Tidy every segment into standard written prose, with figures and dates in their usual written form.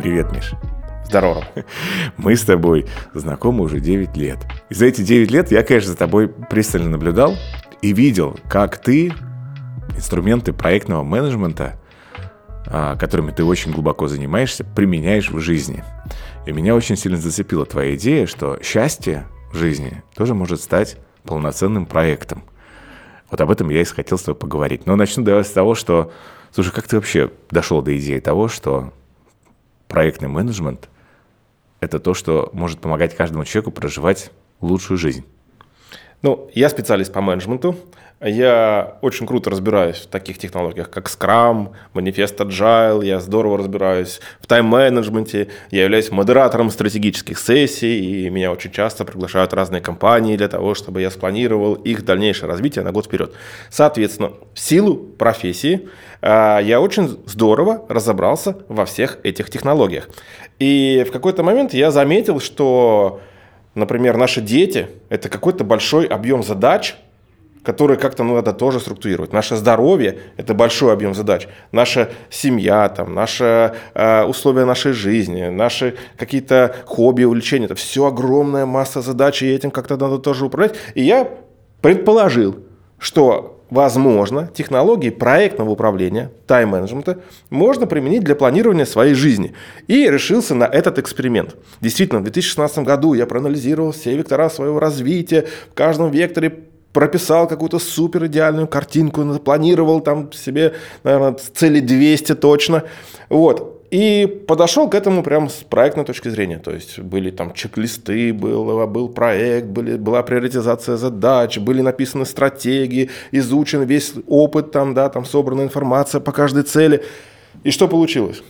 Привет, Миш. Здорово. Мы с тобой знакомы уже 9 лет. И за эти 9 лет я, конечно, за тобой пристально наблюдал и видел, как ты инструменты проектного менеджмента, которыми ты очень глубоко занимаешься, применяешь в жизни. И меня очень сильно зацепила твоя идея, что счастье в жизни тоже может стать полноценным проектом. Вот об этом я и хотел с тобой поговорить. Но начну давай с того, что... Слушай, как ты вообще дошел до идеи того, что проектный менеджмент – это то, что может помогать каждому человеку проживать лучшую жизнь? Ну, я специалист по менеджменту. Я очень круто разбираюсь в таких технологиях, как Scrum, Manifest Agile. Я здорово разбираюсь в тайм-менеджменте. Я являюсь модератором стратегических сессий, и меня очень часто приглашают разные компании для того, чтобы я спланировал их дальнейшее развитие на год вперед. Соответственно, в силу профессии я очень здорово разобрался во всех этих технологиях. И в какой-то момент я заметил, что, например, наши дети – это какой-то большой объем задач, которые как-то надо тоже структурировать. Наше здоровье – это большой объем задач. Наша семья, там, наши условия нашей жизни, наши какие-то хобби, увлечения – это все огромная масса задач, и этим как-то надо тоже управлять. И я предположил, что, возможно, технологии проектного управления, тайм-менеджмента можно применить для планирования своей жизни. И решился на этот эксперимент. Действительно, в 2016 году я проанализировал все вектора своего развития, в каждом векторе прописал какую-то супер идеальную картинку, планировал там себе, наверное, цели 200 точно. Вот. И подошел к этому прямо с проектной точки зрения. То есть были там чек-листы, был проект, была приоритизация задач, были написаны стратегии, изучен весь опыт, там собрана информация по каждой цели. И что получилось?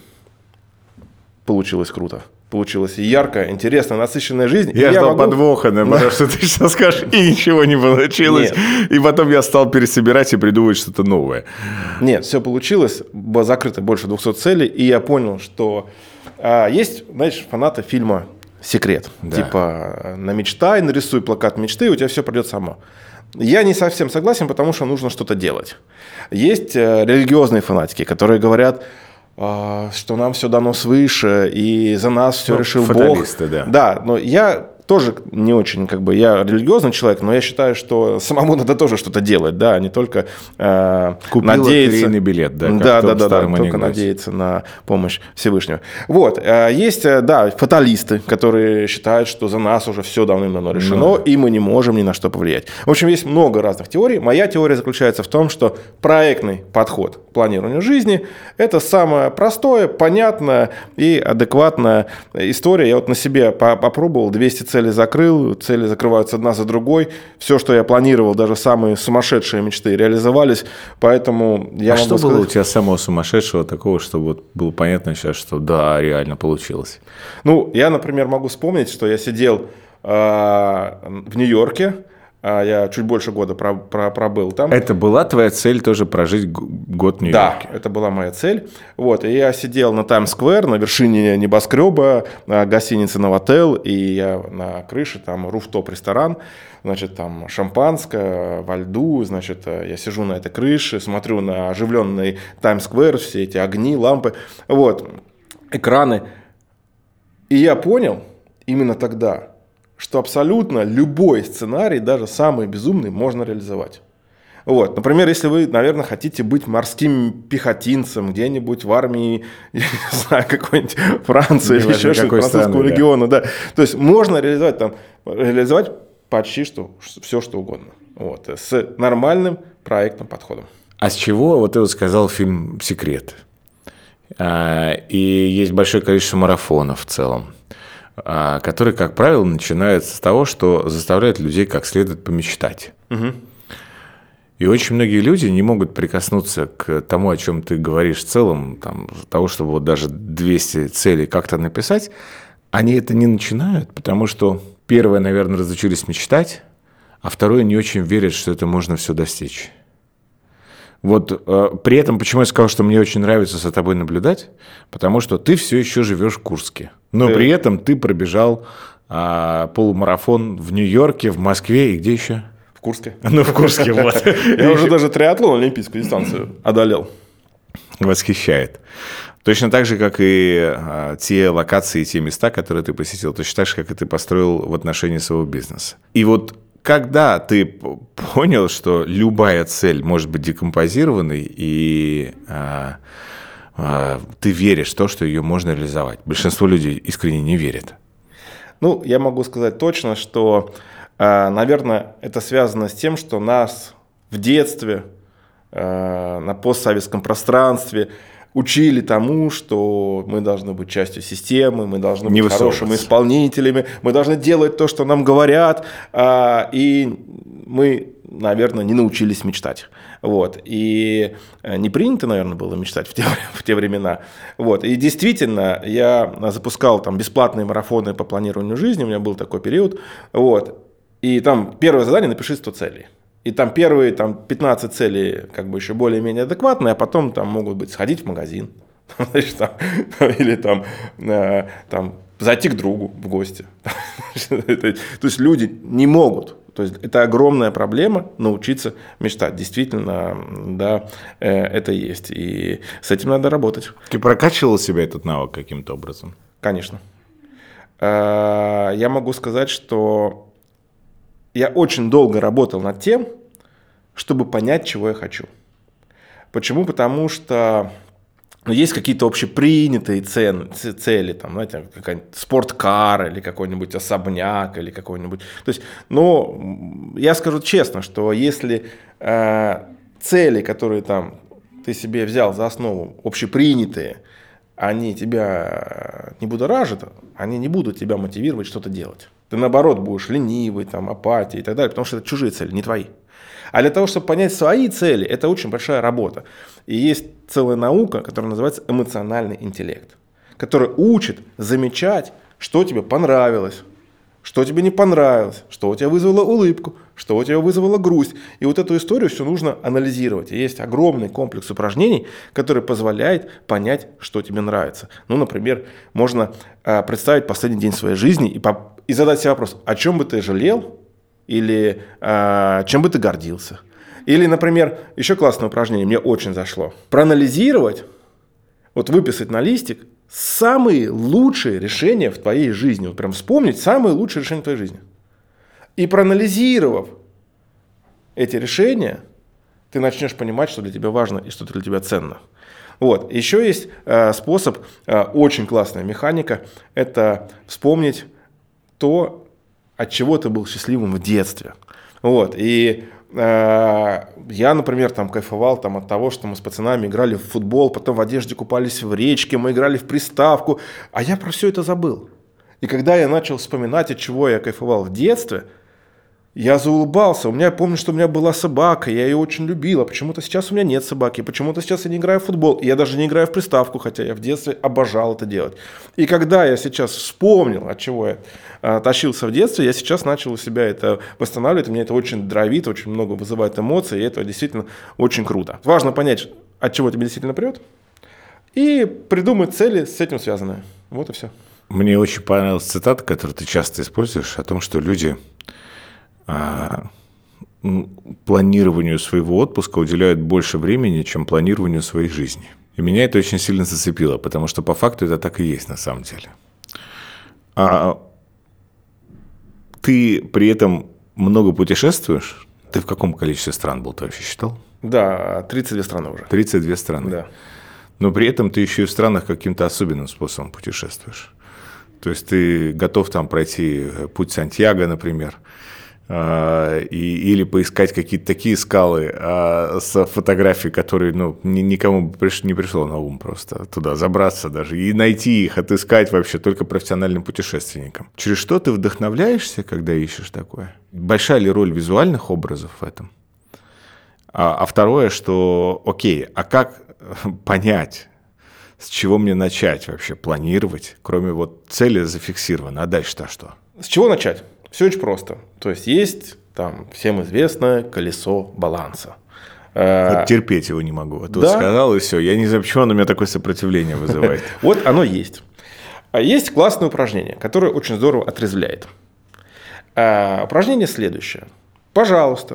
Получилось круто. Получилась яркая, интересная, насыщенная жизнь. Я ждал подвоха, наоборот, что ты сейчас скажешь, и ничего не получилось. Нет. И потом я стал пересобирать и придумывать что-то новое. Нет, все получилось. Было закрыто больше 200 целей. И я понял, что есть, знаешь, фанаты фильма «Секрет». Да. Типа намечтай, нарисуй плакат мечты, и у тебя все придет само. Я не совсем согласен, потому что нужно что-то делать. Есть религиозные фанатики, которые говорят, что нам все дано свыше, и за нас все решил Бог. Да. Да, но я тоже не очень, я религиозный человек, но я считаю, что самому надо тоже что-то делать, да, а не только купил надеяться. Лотерейный билет, да, да, только надеяться на помощь Всевышнего. Вот, есть, фаталисты, которые считают, что за нас уже все давным-давно решено, и мы не можем ни на что повлиять. В общем, есть много разных теорий. Моя теория заключается в том, что проектный подход к планированию жизни – это самое простое, понятное и адекватная история. Я вот на себе попробовал, 200 цели закрыл, цели закрываются одна за другой. Все, что я планировал, даже самые сумасшедшие мечты реализовались, поэтому я могу что сказать... было у тебя самого сумасшедшего такого, чтобы вот было понятно сейчас, что да, реально получилось? Ну, я, например, могу вспомнить, что я сидел в Нью-Йорке, я чуть больше года пробыл там. Это была твоя цель тоже прожить год в Нью-Йорке? Да, это была моя цель. Вот, и я сидел на Таймс-сквер, на вершине небоскреба, на гостинице Новотел, и я на крыше, там руфтоп-ресторан, значит, там шампанское во льду, значит, я сижу на этой крыше, смотрю на оживленный Таймс-сквер, все эти огни, лампы, вот, экраны. И я понял именно тогда, что абсолютно любой сценарий, даже самый безумный, можно реализовать. Вот. Например, если вы, наверное, хотите быть морским пехотинцем где-нибудь в армии, я не знаю, какой-нибудь Франции или еще что-то, французского региона. Да. То есть можно реализовать почти все, что угодно. Вот. С нормальным проектным подходом. А с чего, вот ты вот сказал фильм «Секрет», и есть большое количество марафонов в целом, которые, как правило, начинаются с того, что заставляют людей как следует помечтать. Угу. И очень многие люди не могут прикоснуться к тому, о чем ты говоришь в целом, того, чтобы вот даже 200 целей как-то написать, они это не начинают, потому что первое, наверное, разучились мечтать, а второе, не очень верят, что это можно все достичь. Вот при этом, почему я сказал, что мне очень нравится за тобой наблюдать, потому что ты все еще живешь в Курске, но при этом ты пробежал полумарафон в Нью-Йорке, в Москве и где еще? В Курске. Ну, в Курске, вот. Я уже даже триатлон, олимпийскую дистанцию одолел. Восхищает. Точно так же, как и те локации, те места, которые ты посетил, точно так же, как и ты построил в отношении своего бизнеса. И вот когда ты понял, что любая цель может быть декомпозированной, и ты веришь в то, что ее можно реализовать? Большинство людей искренне не верят. Ну, я могу сказать точно, что, наверное, это связано с тем, что нас в детстве, на постсоветском пространстве учили тому, что мы должны быть частью системы, мы должны быть хорошими исполнителями, мы должны делать то, что нам говорят, и мы, наверное, не научились мечтать. Вот. И не принято, наверное, было мечтать в те времена. Вот. И действительно, я запускал там бесплатные марафоны по планированию жизни, у меня был такой период. Вот. И там первое задание – напиши 100 целей. И там первые 15 целей как бы еще более-менее адекватные, а потом там могут быть сходить в магазин, или там зайти к другу в гости. То есть люди не могут. То есть это огромная проблема научиться мечтать. Действительно, да, это есть. И с этим надо работать. Ты прокачивал себя этот навык каким-то образом? Конечно. Я могу сказать, что я очень долго работал над тем, чтобы понять, чего я хочу. Почему? Потому что есть какие-то общепринятые цели, там, знаете, какая-нибудь спорткар или какой-нибудь особняк или какой-нибудь. То есть, но я скажу честно, что если цели, которые там ты себе взял за основу, общепринятые, они тебя не будоражат, они не будут тебя мотивировать что-то делать. Ты, наоборот, будешь ленивый, там, апатия и так далее, потому что это чужие цели, не твои. А для того, чтобы понять свои цели, это очень большая работа. И есть целая наука, которая называется эмоциональный интеллект, который учит замечать, что тебе понравилось, что тебе не понравилось, что у тебя вызвало улыбку, что у тебя вызвало грусть. И вот эту историю все нужно анализировать. И есть огромный комплекс упражнений, который позволяет понять, что тебе нравится. Ну, например, можно представить последний день своей жизни и задать себе вопрос, о чем бы ты жалел или чем бы ты гордился. Или, например, еще классное упражнение, мне очень зашло. Проанализировать, вот выписать на листик самые лучшие решения в твоей жизни. Вот прям вспомнить самые лучшие решения в твоей жизни. И проанализировав эти решения, ты начнешь понимать, что для тебя важно и что для тебя ценно. Вот. Еще есть способ, очень классная механика, это вспомнить то, от чего ты был счастливым в детстве. Вот. И я, например, там кайфовал там, от того, что мы с пацанами играли в футбол, потом в одежде купались в речке, мы играли в приставку, а я про все это забыл. И когда я начал вспоминать, от чего я кайфовал в детстве, я заулыбался. Я помню, что у меня была собака, я ее очень любил, а почему-то сейчас у меня нет собаки, почему-то сейчас я не играю в футбол, и я даже не играю в приставку, хотя я в детстве обожал это делать. И когда я сейчас вспомнил, от чего я тащился в детстве, я сейчас начал у себя это восстанавливать, и мне это очень драйвит, очень много вызывает эмоций, и это действительно очень круто. Важно понять, от чего тебе действительно прет, и придумать цели с этим связанные. Вот и все. Мне очень понравилась цитата, которую ты часто используешь, о том, что люди планированию своего отпуска уделяют больше времени, чем планированию своей жизни. И меня это очень сильно зацепило, потому что по факту это так и есть на самом деле. Ты при этом много путешествуешь? Ты в каком количестве стран был, ты вообще считал? Да, 32 страны уже. 32 страны. Да. Но при этом ты еще и в странах каким-то особенным способом путешествуешь. То есть ты готов там пройти путь Сантьяго, например, или поискать какие-то такие скалы с фотографией, которые никому не пришло на ум просто туда забраться даже и найти их, отыскать вообще только профессиональным путешественникам. Через что ты вдохновляешься, когда ищешь такое? Большая ли роль визуальных образов в этом? А второе, что окей, а как понять, с чего мне начать вообще планировать, кроме вот цели зафиксированы, а дальше-то что? С чего начать? Все очень просто. То есть там всем известное колесо баланса. Вот терпеть его не могу. А тут сказал, и все. Я не знаю, почему оно у меня такое сопротивление вызывает. Вот оно есть. А есть классное упражнение, которое очень здорово отрезвляет. Упражнение следующее. Пожалуйста,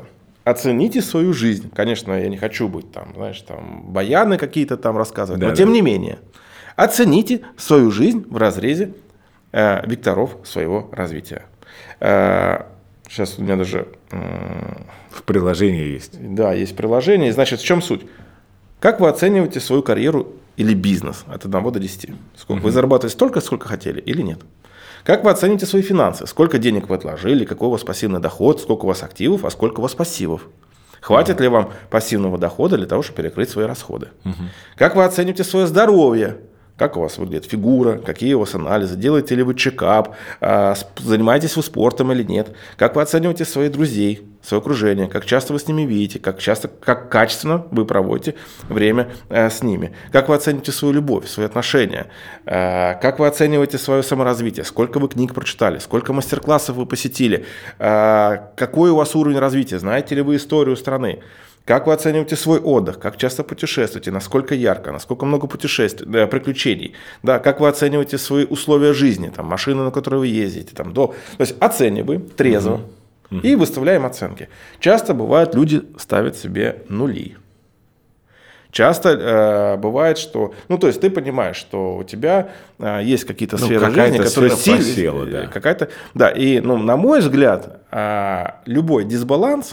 оцените свою жизнь. Конечно, я не хочу быть там, знаешь, там баяны какие-то там рассказывать, но Да. тем не менее, оцените свою жизнь в разрезе векторов своего развития. Сейчас у меня даже... В приложении есть. Да, есть приложение. Значит, в чем суть? Как вы оцениваете свою карьеру или бизнес от 1 до 10? Сколько? Вы зарабатываете столько, сколько хотели или нет? Как вы оцените свои финансы? Сколько денег вы отложили, какой у вас пассивный доход, сколько у вас активов, а сколько у вас пассивов? Хватит ли вам пассивного дохода для того, чтобы перекрыть свои расходы? Как вы оцените свое здоровье? Как у вас выглядит фигура, какие у вас анализы, делаете ли вы чекап, занимаетесь вы спортом или нет, как вы оцениваете своих друзей, свое окружение, как часто вы с ними видите, как качественно вы проводите время с ними, как вы оцените свою любовь, свои отношения, как вы оцениваете свое саморазвитие, сколько вы книг прочитали, сколько мастер-классов вы посетили, какой у вас уровень развития, знаете ли вы историю страны. Как вы оцениваете свой отдых, как часто путешествуете, насколько ярко, насколько много приключений, да, как вы оцениваете свои условия жизни, там, машины, на которой вы ездите. То есть оцениваем трезво и выставляем оценки. Часто бывает, люди ставят себе нули. Часто бывает, что... то есть ты понимаешь, что у тебя есть какие-то сферы жизни, которые сильно... Да. Какая-то, да, и, на мой взгляд, любой дисбаланс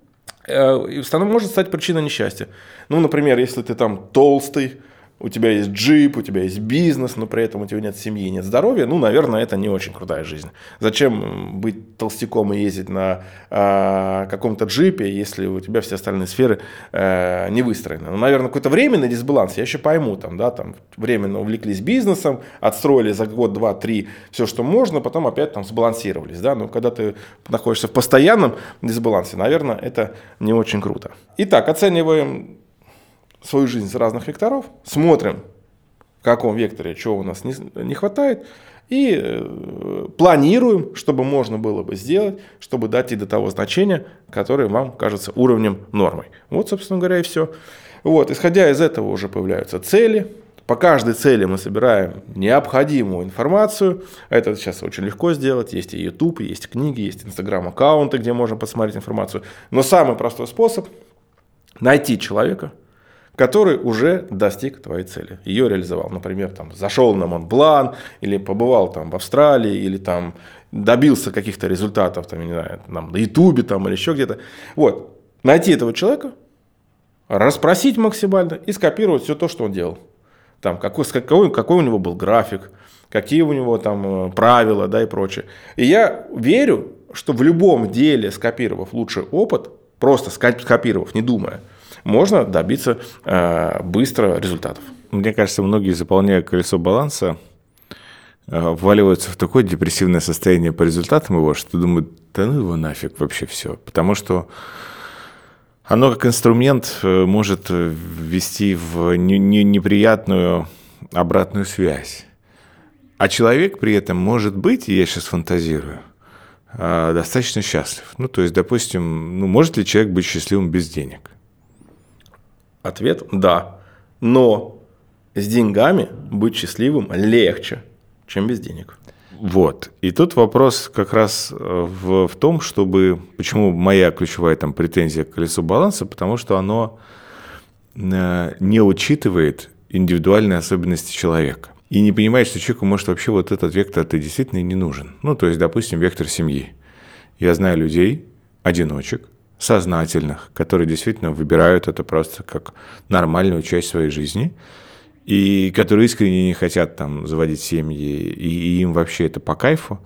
может стать причиной несчастья. Например, если ты там толстый, у тебя есть джип, у тебя есть бизнес, но при этом у тебя нет семьи, нет здоровья, наверное, это не очень крутая жизнь. Зачем быть толстяком и ездить на каком-то джипе, если у тебя все остальные сферы не выстроены? Наверное, какой-то временный дисбаланс, я еще пойму, там временно увлеклись бизнесом, отстроили за год, 2, 3 все, что можно, потом опять там сбалансировались. Да? Но когда ты находишься в постоянном дисбалансе, наверное, это не очень круто. Итак, оцениваем свою жизнь с разных векторов, смотрим, в каком векторе чего у нас не хватает, и планируем, чтобы можно было бы сделать, чтобы дойти до того значения, которое вам кажется уровнем нормой. Вот, собственно говоря, и все. Исходя из этого уже появляются цели. По каждой цели мы собираем необходимую информацию. Это сейчас очень легко сделать. Есть и YouTube, есть книги, есть Instagram-аккаунты, где можно посмотреть информацию. Но самый простой способ – найти человека, который уже достиг твоей цели, ее реализовал. Например, зашел на Монблан, или побывал в Австралии, или добился каких-то результатов, на Ютубе или еще где-то. Найти этого человека, расспросить максимально и скопировать все то, что он делал. Какой у него был график, какие у него правила, да, и прочее. И я верю, что в любом деле, скопировав лучший опыт, просто скопировав, не думая, можно добиться быстро результатов. Мне кажется, многие, заполняя колесо баланса, вваливаются в такое депрессивное состояние по результатам его, что думают, да ну его нафиг вообще все. Потому что оно как инструмент может ввести в неприятную обратную связь. А человек при этом может быть, и я сейчас фантазирую, достаточно счастлив. То есть, допустим, может ли человек быть счастливым без денег? Ответ – да. Но с деньгами быть счастливым легче, чем без денег. И тут вопрос как раз в том, почему моя ключевая претензия к колесу баланса, потому что оно не учитывает индивидуальные особенности человека. И не понимает, что человеку может вообще этот вектор-то действительно не нужен. То есть, допустим, вектор семьи. Я знаю людей, одиночек, сознательных, которые действительно выбирают это просто как нормальную часть своей жизни, и которые искренне не хотят заводить семьи, и им вообще это по кайфу.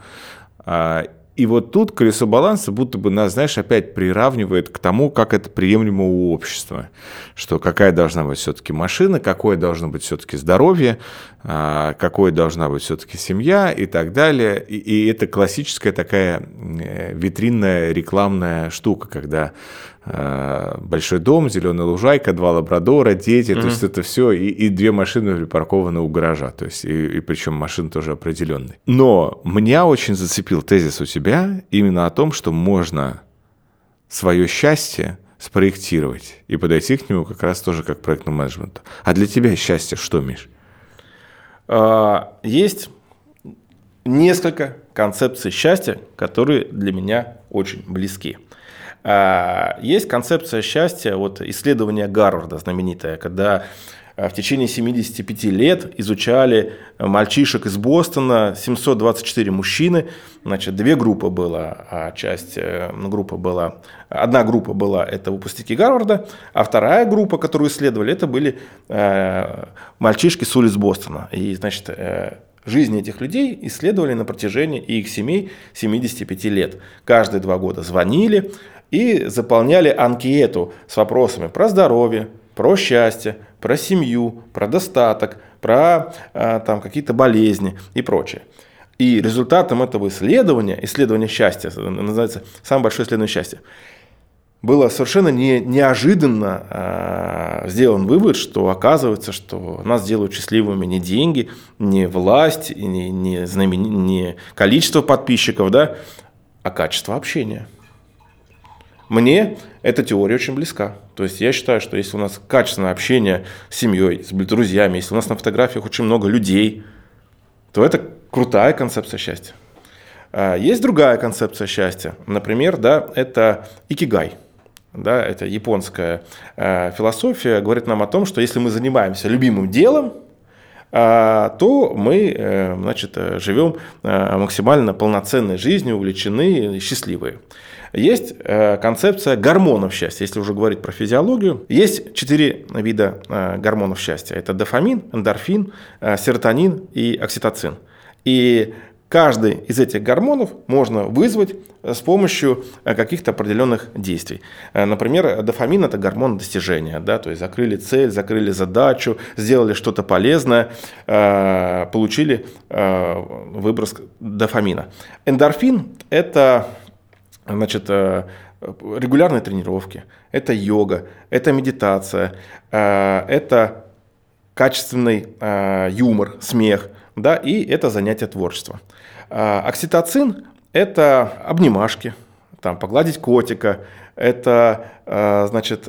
И тут колесо баланса будто бы нас, опять приравнивает к тому, как это приемлемо у общества. Что какая должна быть все-таки машина, какое должно быть все-таки здоровье, какой должна быть все-таки семья и так далее. И это классическая такая витринная рекламная штука, когда большой дом, зеленая лужайка, 2 лабрадора, дети, то есть это все, и 2 машины припаркованы у гаража, то есть и причем машины тоже определенные. Но меня очень зацепил тезис у тебя именно о том, что можно свое счастье спроектировать и подойти к нему как раз тоже как к проектному менеджменту. А для тебя счастье что, Миш? Есть несколько концепций счастья, которые для меня очень близки. Есть концепция счастья, вот исследование Гарварда знаменитое, когда в течение 75 лет изучали мальчишек из Бостона, 724 мужчины, значит, две группы было, одна группа была это выпускники Гарварда, а вторая группа, которую исследовали, это были мальчишки с улиц Бостона. И, значит, жизни этих людей исследовали на протяжении и их семей 75 лет. Каждые 2 года звонили и заполняли анкету с вопросами про здоровье, про счастье, про семью, про достаток, про там, какие-то болезни и прочее. И результатом этого исследования счастья, называется «Самое большое исследование счастья», было совершенно неожиданно сделан вывод, что оказывается, что нас делают счастливыми не деньги, не власть, не количество подписчиков, да, а качество общения. Мне эта теория очень близка. То есть я считаю, что если у нас качественное общение с семьей, с друзьями, если у нас на фотографиях очень много людей, то это крутая концепция счастья. Есть другая концепция счастья. Например, да, это икигай. Да, это японская философия, говорит нам о том, что если мы занимаемся любимым делом, то мы, значит, живем максимально полноценной жизнью, увлечены и счастливые. Есть концепция гормонов счастья. Если уже говорить про физиологию, есть 4 вида гормонов счастья. Это дофамин, эндорфин, серотонин и окситоцин. И каждый из этих гормонов можно вызвать с помощью каких-то определенных действий. Например, дофамин – это гормон достижения. Да? То есть закрыли цель, закрыли задачу, сделали что-то полезное, получили выброс дофамина. Эндорфин – это, значит, регулярные тренировки, это йога, это медитация, это качественный юмор, смех, да, и это занятие творчеством. Окситоцин – это обнимашки, там, погладить котика, это, значит,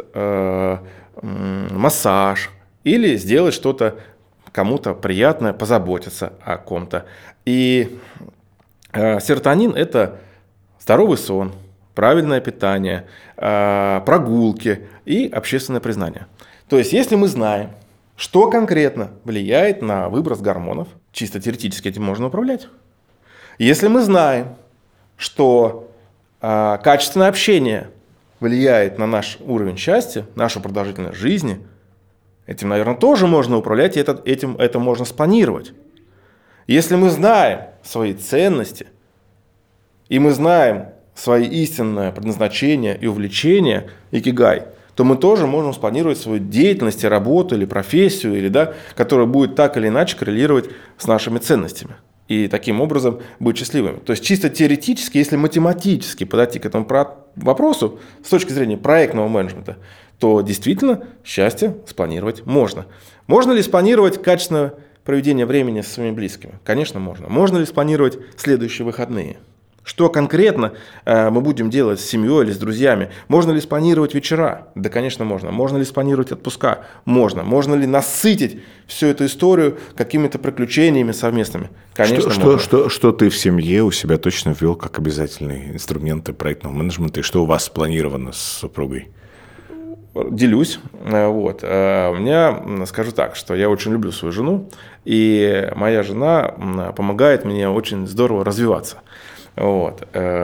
массаж или сделать что-то кому-то приятное, позаботиться о ком-то. И серотонин – это здоровый сон, правильное питание, прогулки и общественное признание. То есть, если мы знаем, что конкретно влияет на выброс гормонов, чисто теоретически этим можно управлять. Если мы знаем, что качественное общение влияет на наш уровень счастья, нашу продолжительность жизни, этим, наверное, тоже можно управлять, и это можно спланировать. Если мы знаем свои ценности, и мы знаем свои истинное предназначение и увлечение, икигай, то мы тоже можем спланировать свою деятельность, работу или профессию, или, да, которая будет так или иначе коррелировать с нашими ценностями. И таким образом быть счастливыми. То есть чисто теоретически, если математически подойти к этому вопросу с точки зрения проектного менеджмента, то действительно счастье спланировать можно. Можно ли спланировать качественное проведение времени со своими близкими? Конечно, можно. Можно ли спланировать следующие выходные? Что конкретно мы будем делать с семьей или с друзьями? Можно ли спланировать вечера? Да, конечно, можно. Можно ли спланировать отпуска? Можно. Можно ли насытить всю эту историю какими-то приключениями совместными? Конечно, можно. Что ты в семье у себя точно ввел как обязательные инструменты проектного менеджмента? И что у вас спланировано с супругой? Делюсь. Вот. У меня, скажу так, что я очень люблю свою жену, и моя жена помогает мне очень здорово развиваться. Вот.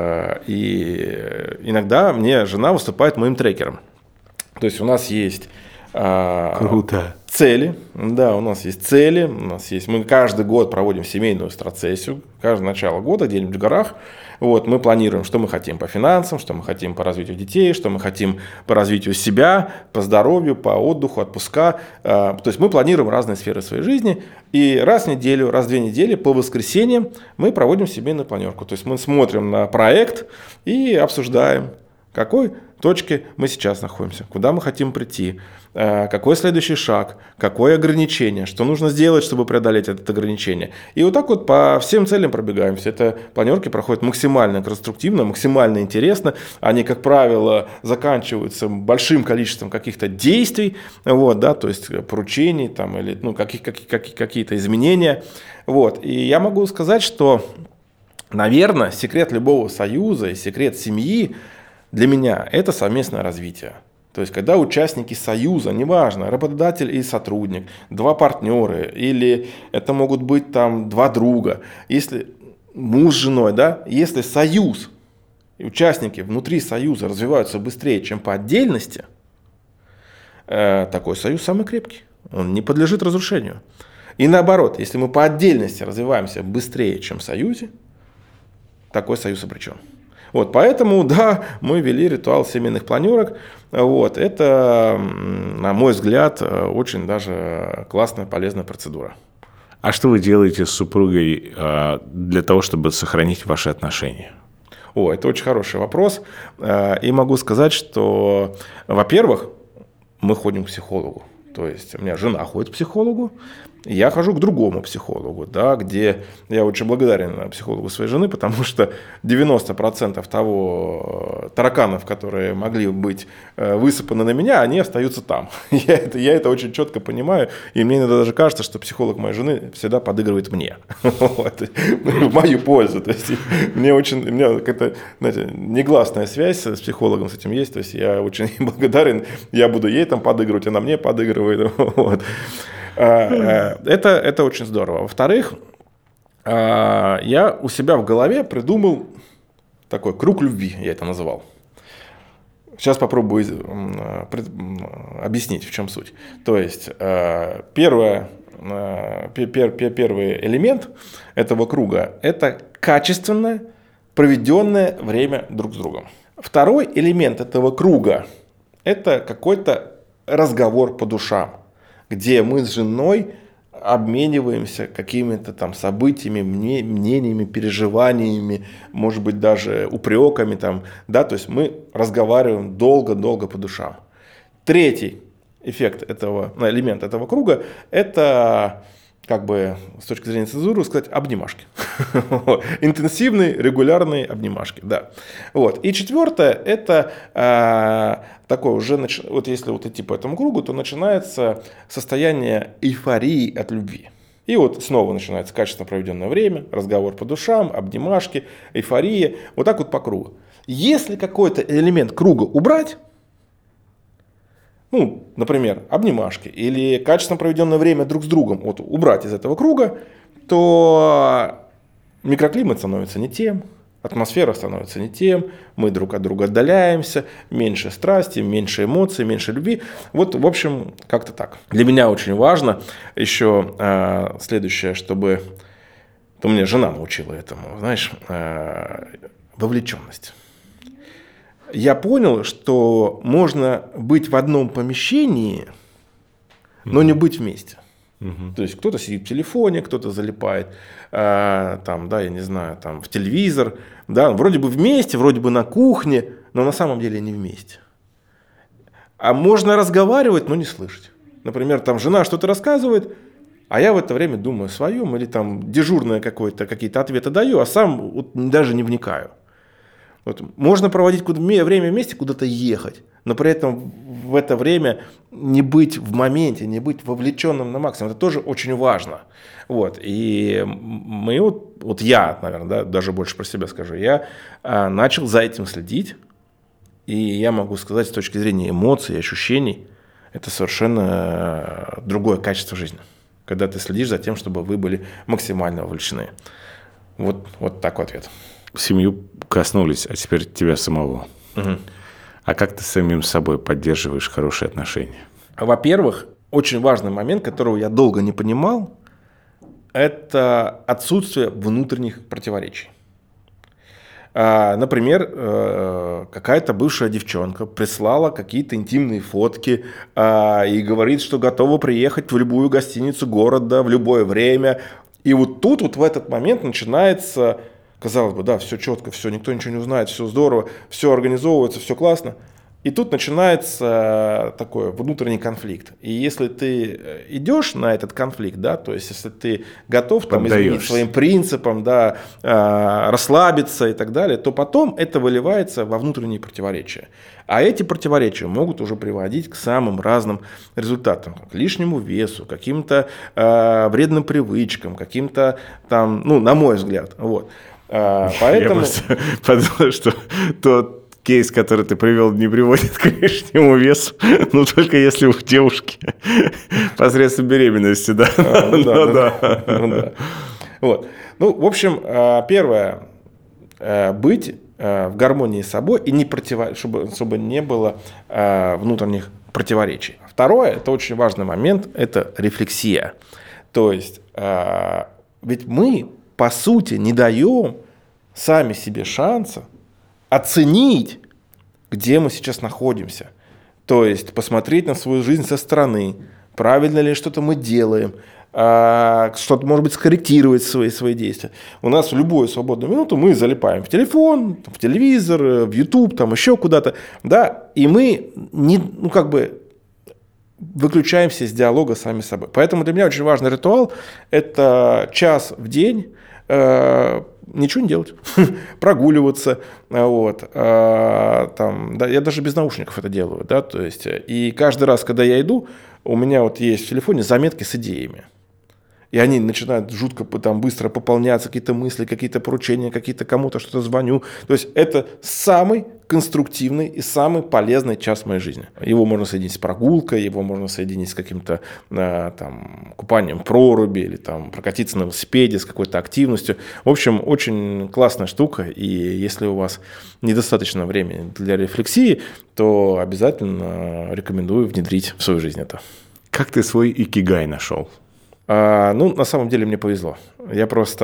И иногда мне жена выступает моим трекером. То есть у нас есть Круто. Цели. Да, у нас есть цели. Мы каждый год проводим семейную страцессию. Каждое начало года где-нибудь в горах. Вот, мы планируем, что мы хотим по финансам, что мы хотим по развитию детей, что мы хотим по развитию себя, по здоровью, по отдыху, отпуска. То есть мы планируем разные сферы своей жизни. И раз в неделю, раз в 2 недели по воскресеньям мы проводим семейную планерку. То есть мы смотрим на проект и обсуждаем, в какой точке мы сейчас находимся, куда мы хотим прийти, какой следующий шаг, какое ограничение, что нужно сделать, чтобы преодолеть это ограничение. И вот так вот по всем целям пробегаемся. Это планерки проходят максимально конструктивно, максимально интересно. Они, как правило, заканчиваются большим количеством каких-то действий, вот, да, то есть поручений там, или какие-то изменения. Вот. И я могу сказать, что, наверное, секрет любого союза и секрет семьи Для меня это совместное развитие. То есть, когда участники союза, неважно, работодатель и сотрудник, два партнера, или это могут быть там два друга, если муж с женой, да, если союз, и участники внутри союза развиваются быстрее, чем по отдельности, такой союз самый крепкий, он не подлежит разрушению. И наоборот, если мы по отдельности развиваемся быстрее, чем в союзе, такой союз обречен. Вот, поэтому, да, мы вели ритуал семейных планерок. Вот, это, на мой взгляд, очень даже классная, полезная процедура. А что вы делаете с супругой для того, чтобы сохранить ваши отношения? Это очень хороший вопрос. И могу сказать, что, во-первых, мы ходим к психологу. То есть у меня жена ходит к психологу, я хожу к другому психологу, да, где я очень благодарен психологу своей жены, потому что 90% того тараканов, которые могли быть высыпаны на меня, они остаются там. Я это очень четко понимаю, и мне иногда даже кажется, что психолог моей жены всегда подыгрывает мне, в мою пользу. То есть у меня какая-то, знаете, негласная связь с психологом с этим есть, то есть я очень благодарен, я буду ей там подыгрывать, она мне подыгрывает. Вот. Это очень здорово. Во-вторых, я у себя в голове придумал такой круг любви, я это называл. Сейчас попробую объяснить, в чем суть. То есть, первый элемент этого круга – это качественное проведенное время друг с другом. Второй элемент этого круга – это какой-то разговор по душам, где мы с женой обмениваемся какими-то там событиями, мнениями, переживаниями, может быть, даже упреками там, да, то есть мы разговариваем долго-долго по душам. Третий элемент этого круга – это, как бы, с точки зрения цензуры сказать, обнимашки. Интенсивные, регулярные обнимашки, да. Вот. И четвертое – это такое уже, вот если вот идти по этому кругу, то начинается состояние эйфории от любви. И вот снова начинается качественно проведенное время, разговор по душам, обнимашки, эйфория, вот так вот по кругу. Если какой-то элемент круга убрать, например, обнимашки или качественно проведенное время друг с другом убрать из этого круга, то микроклимат становится не тем, атмосфера становится не тем, мы друг от друга отдаляемся, меньше страсти, меньше эмоций, меньше любви. Вот, в общем, как-то так. Для меня очень важно еще следующее, чтобы... То меня жена научила этому, знаешь, вовлеченность. Я понял, что можно быть в одном помещении, но не быть вместе. То есть кто-то сидит в телефоне, кто-то залипает там, да, я не знаю, там, в телевизор, да, вроде бы вместе, вроде бы на кухне, но на самом деле не вместе. А можно разговаривать, но не слышать. Например, там жена что-то рассказывает, а я в это время думаю о своем, или там дежурное какие-то ответы даю, а сам даже не вникаю. Вот. Можно проводить время вместе, куда-то ехать, но при этом в это время не быть в моменте, не быть вовлеченным на максимум. Это тоже очень важно. Вот. И я, наверное, да, даже больше про себя скажу, я начал за этим следить, и я могу сказать, с точки зрения эмоций, ощущений, это совершенно другое качество жизни, когда ты следишь за тем, чтобы вы были максимально вовлечены. Вот такой ответ. Семью коснулись, а теперь тебя самого. Угу. А как ты с самим собой поддерживаешь хорошие отношения? Во-первых, очень важный момент, которого я долго не понимал, это отсутствие внутренних противоречий. Например, какая-то бывшая девчонка прислала какие-то интимные фотки и говорит, что готова приехать в любую гостиницу города в любое время. И вот тут в этот момент начинается... Казалось бы, да, все четко, все, никто ничего не узнает, все здорово, все организовывается, все классно. И тут начинается такой внутренний конфликт. И если ты идешь на этот конфликт, да, то есть если ты готов там, изменить своим принципам, да, расслабиться и так далее, то потом это выливается во внутренние противоречия. А эти противоречия могут уже приводить к самым разным результатам. К лишнему весу, каким-то вредным привычкам, каким-то там, на мой взгляд, вот. Поэтому... Я просто подумал, что кейс, который ты привел, не приводит к лишнему весу, но только если у девушки посредством беременности, да. Да. Вот. Ну, в общем, первое, быть в гармонии с собой и чтобы не было внутренних противоречий. Второе, это очень важный момент, это рефлексия. То есть, ведь мы, по сути, не даем сами себе шанса оценить, где мы сейчас находимся. То есть, посмотреть на свою жизнь со стороны, правильно ли что-то мы делаем, что-то, может быть, скорректировать свои действия. У нас в любую свободную минуту мы залипаем в телефон, в телевизор, в YouTube, там еще куда-то, да, и мы выключаемся из диалога сами с собой. Поэтому для меня очень важный ритуал – это час в день ничего не делать, прогуливаться, вот, там, да, я даже без наушников это делаю, да, то есть, и каждый раз, когда я иду, у меня вот есть в телефоне заметки с идеями. И они начинают жутко там быстро пополняться, какие-то мысли, какие-то поручения, какие-то кому-то что-то звоню. То есть это самый конструктивный и самый полезный час в моей жизни. Его можно соединить с прогулкой, его можно соединить с каким-то там, купанием в проруби или там, прокатиться на велосипеде с какой-то активностью. В общем, очень классная штука. И если у вас недостаточно времени для рефлексии, то обязательно рекомендую внедрить в свою жизнь это. Как ты свой икигай нашел? Ну, на самом деле мне повезло. Я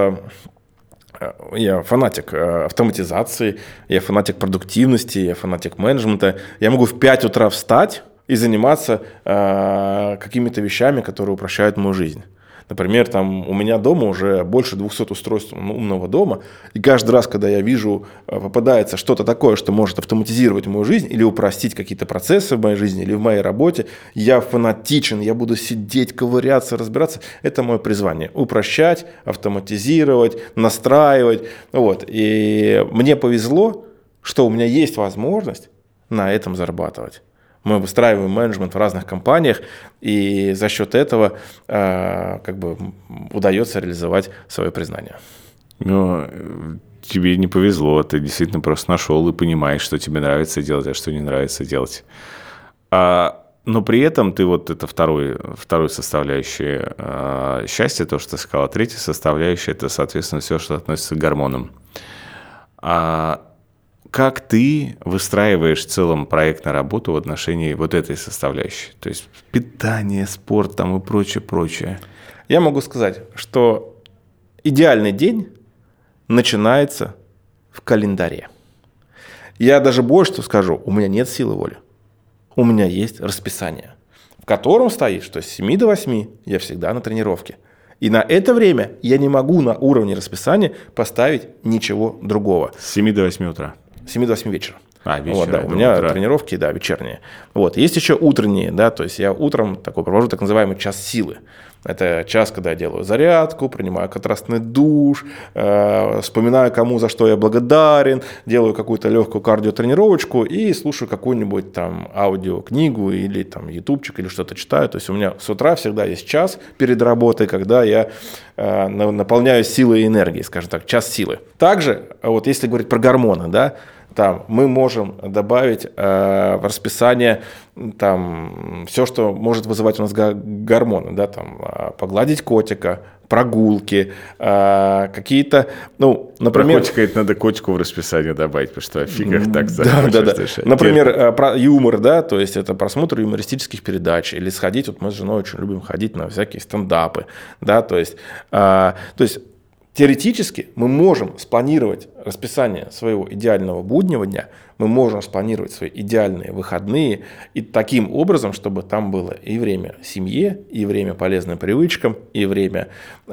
фанатик автоматизации, я фанатик продуктивности, я фанатик менеджмента. Я могу в 5 утра встать и заниматься какими-то вещами, которые упрощают мою жизнь. Например, там у меня дома уже больше 200 устройств умного дома, и каждый раз, когда я вижу, попадается что-то такое, что может автоматизировать мою жизнь или упростить какие-то процессы в моей жизни или в моей работе, я фанатичен, я буду сидеть, ковыряться, разбираться. Это мое призвание – упрощать, автоматизировать, настраивать. Вот. И мне повезло, что у меня есть возможность на этом зарабатывать. Мы выстраиваем менеджмент в разных компаниях, и за счет этого удается реализовать свое признание. Но тебе не повезло, ты действительно просто нашел и понимаешь, что тебе нравится делать, а что не нравится делать. Но при этом ты вот это второй составляющая счастья, то, что ты сказал, а третья составляющая – это, соответственно, все, что относится к гормонам. Как ты выстраиваешь в целом проектную работу в отношении вот этой составляющей? То есть питание, спорт там и прочее. Я могу сказать, что идеальный день начинается в календаре. Я даже больше что скажу, у меня нет силы воли. У меня есть расписание, в котором стоит, что с 7 до 8 я всегда на тренировке. И на это время я не могу на уровне расписания поставить ничего другого. С 7 до 8 утра. С 7 до 8 вечера. Вечера. Вот, да, у меня тренировки, да, вечерние. Вот. Есть еще утренние, да, то есть я утром провожу так называемый час силы. Это час, когда я делаю зарядку, принимаю контрастный душ, вспоминаю, кому за что я благодарен, делаю какую-то легкую кардиотренировочку и слушаю какую-нибудь там аудиокнигу или там ютубчик или что-то читаю. То есть у меня с утра всегда есть час перед работой, когда я наполняюсь силой и энергией, скажем так, час силы. Также, вот если говорить про гормоны, да, там мы можем добавить в расписание там, все, что может вызывать у нас гормоны, да, там, погладить котика, прогулки, какие-то, ну, например... Про котика это надо котику в расписание добавить, потому что фиг так да. Например, про юмор, да, то есть это просмотр юмористических передач, или сходить, вот мы с женой очень любим ходить на всякие стендапы, да, то есть теоретически мы можем спланировать расписание своего идеального буднего дня, мы можем спланировать свои идеальные выходные и таким образом, чтобы там было и время семье, и время полезным привычкам, и время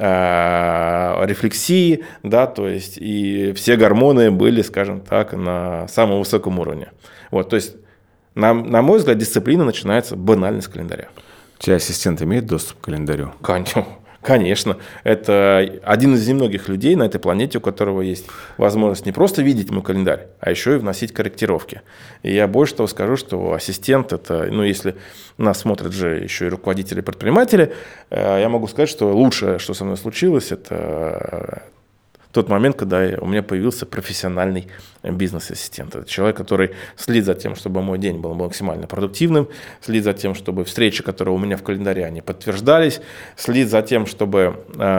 рефлексии, да, то есть и все гормоны были, скажем так, на самом высоком уровне. Вот, то есть, на мой взгляд, дисциплина начинается банально с календаря. У тебя ассистент имеет доступ к календарю? Конечно, это один из немногих людей на этой планете, у которого есть возможность не просто видеть мой календарь, а еще и вносить корректировки. И я больше того скажу, что ассистент – это, ну, если нас смотрят же еще и руководители, предприниматели, я могу сказать, что лучшее, что со мной случилось, это тот момент, когда у меня появился профессиональный бизнес-ассистент. Это человек, который следит за тем, чтобы мой день был максимально продуктивным, следит за тем, чтобы встречи, которые у меня в календаре, они подтверждались, следит за тем, чтобы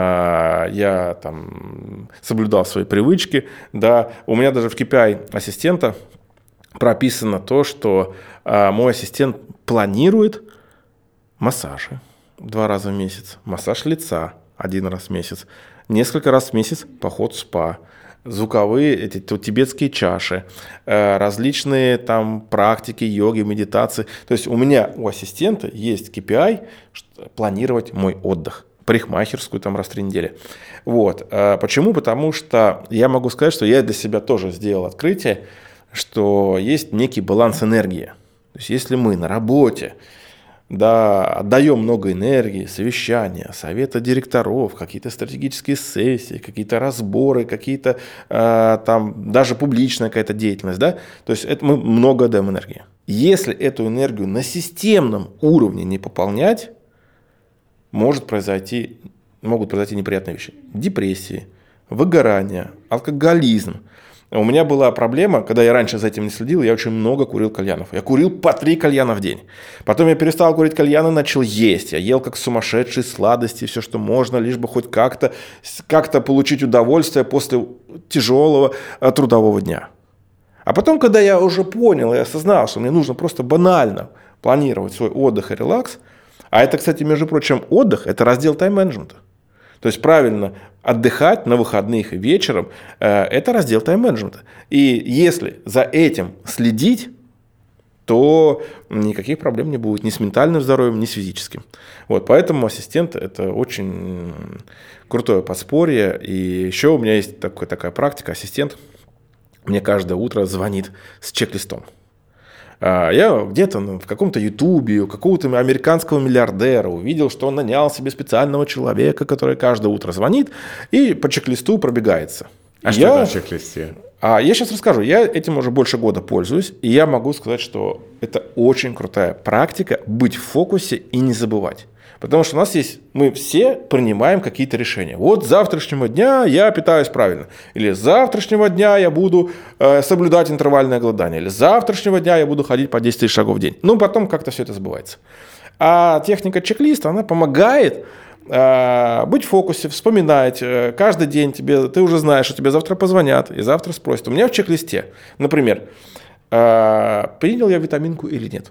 я там соблюдал свои привычки. Да. У меня даже в KPI ассистента прописано то, что мой ассистент планирует массажи 2 раза в месяц, массаж лица 1 раз в месяц, несколько раз в месяц поход в спа, звуковые эти тибетские чаши, различные там практики йоги, медитации. То есть у меня, у ассистента есть KPI планировать мой отдых. Парикмахерскую там раз в 3 недели. Вот. Почему? Потому что я могу сказать, что я для себя тоже сделал открытие, что есть некий баланс энергии. То есть если мы на работе, да, отдаем много энергии, совещания, советы директоров, какие-то стратегические сессии, какие-то разборы, какие-то там даже публичная какая-то деятельность, да, то есть это мы много отдаем энергии. Если эту энергию на системном уровне не пополнять, могут произойти неприятные вещи. Депрессии, выгорание, алкоголизм. У меня была проблема, когда я раньше за этим не следил, я очень много курил кальянов. Я курил по 3 кальяна в день. Потом я перестал курить кальяны, начал есть. Я ел как сумасшедший, сладости, все, что можно, лишь бы хоть как-то получить удовольствие после тяжелого трудового дня. А потом, когда я уже понял и осознал, что мне нужно просто банально планировать свой отдых и релакс, а это, кстати, между прочим, отдых – это раздел тайм-менеджмента. То есть правильно отдыхать на выходных и вечером – это раздел тайм-менеджмента. И если за этим следить, то никаких проблем не будет ни с ментальным здоровьем, ни с физическим. Вот, поэтому ассистент – это очень крутое подспорье. И еще у меня есть такая практика. Ассистент мне каждое утро звонит с чек-листом. Я где-то в каком-то ютубе у какого-то американского миллиардера увидел, что он нанял себе специального человека, который каждое утро звонит и по чек-листу пробегается. А что это на чек-листе? Я сейчас расскажу. Я этим уже больше года пользуюсь, и я могу сказать, что это очень крутая практика быть в фокусе и не забывать. Потому что у нас есть, мы все принимаем какие-то решения. Вот с завтрашнего дня я питаюсь правильно. Или с завтрашнего дня я буду соблюдать интервальное голодание. Или с завтрашнего дня я буду ходить по 10 тысяч шагов в день. Ну, потом как-то все это забывается. А техника чек-листа, она помогает быть в фокусе, вспоминать. Каждый день ты уже знаешь, что тебе завтра позвонят и завтра спросят. У меня в чек-листе, например, принял я витаминку или нет.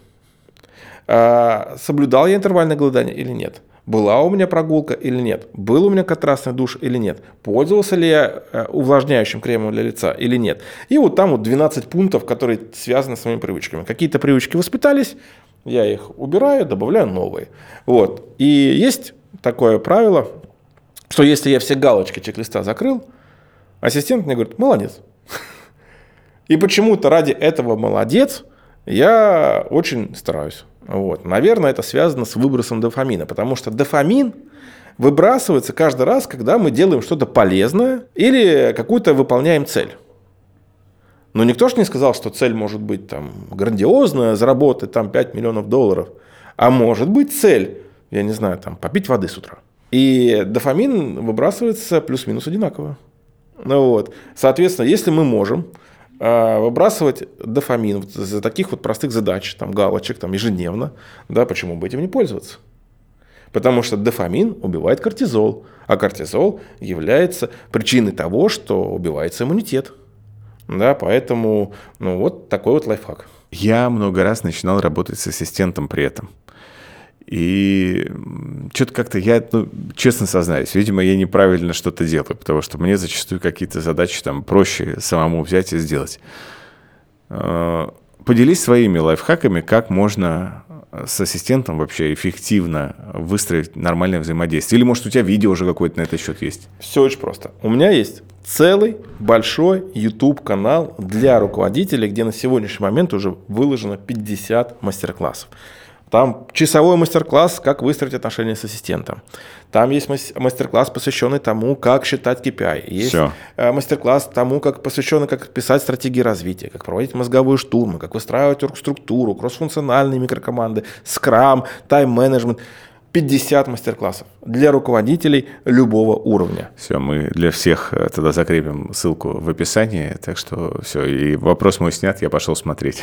Соблюдал я интервальное голодание или нет? Была у меня прогулка или нет? Был у меня контрастный душ или нет? Пользовался ли я увлажняющим кремом для лица или нет? И вот там 12 пунктов, которые связаны с моими привычками. Какие-то привычки воспитались, я их убираю, добавляю новые. Вот. И есть такое правило, что если я все галочки чек-листа закрыл, ассистент мне говорит: молодец. И почему-то ради этого молодец я очень стараюсь. Вот. Наверное, это связано с выбросом дофамина, потому что дофамин выбрасывается каждый раз, когда мы делаем что-то полезное или какую-то выполняем цель. Но никто же не сказал, что цель может быть там грандиозная, заработать там $5 миллионов, а может быть цель, я не знаю, там попить воды с утра. И дофамин выбрасывается плюс-минус одинаково. Ну, вот. Соответственно, если мы можем выбрасывать дофамин за таких вот простых задач, там, галочек, там, ежедневно, да, почему бы этим не пользоваться? Потому что дофамин убивает кортизол, а кортизол является причиной того, что убивается иммунитет. Да, поэтому, вот такой вот лайфхак. Я много раз начинал работать с ассистентом при этом. И что-то как-то я, честно сознаюсь, видимо, я неправильно что-то делаю, потому что мне зачастую какие-то задачи там проще самому взять и сделать. Поделись своими лайфхаками, как можно с ассистентом вообще эффективно выстроить нормальное взаимодействие. Или, может, у тебя видео уже какое-то на этот счет есть? Все очень просто. У меня есть целый большой YouTube-канал для руководителей, где на сегодняшний момент уже выложено 50 мастер-классов. Там часовой мастер-класс, как выстроить отношения с ассистентом. Там есть мастер-класс, посвященный тому, как считать KPI. Есть мастер-класс тому, посвященный, как писать стратегии развития, как проводить мозговые штурмы, как выстраивать оргструктуру, кроссфункциональные микрокоманды, скрам, тайм-менеджмент. 50 мастер-классов для руководителей любого уровня. Все, мы для всех тогда закрепим ссылку в описании. Так что все, и вопрос мой снят, я пошел смотреть.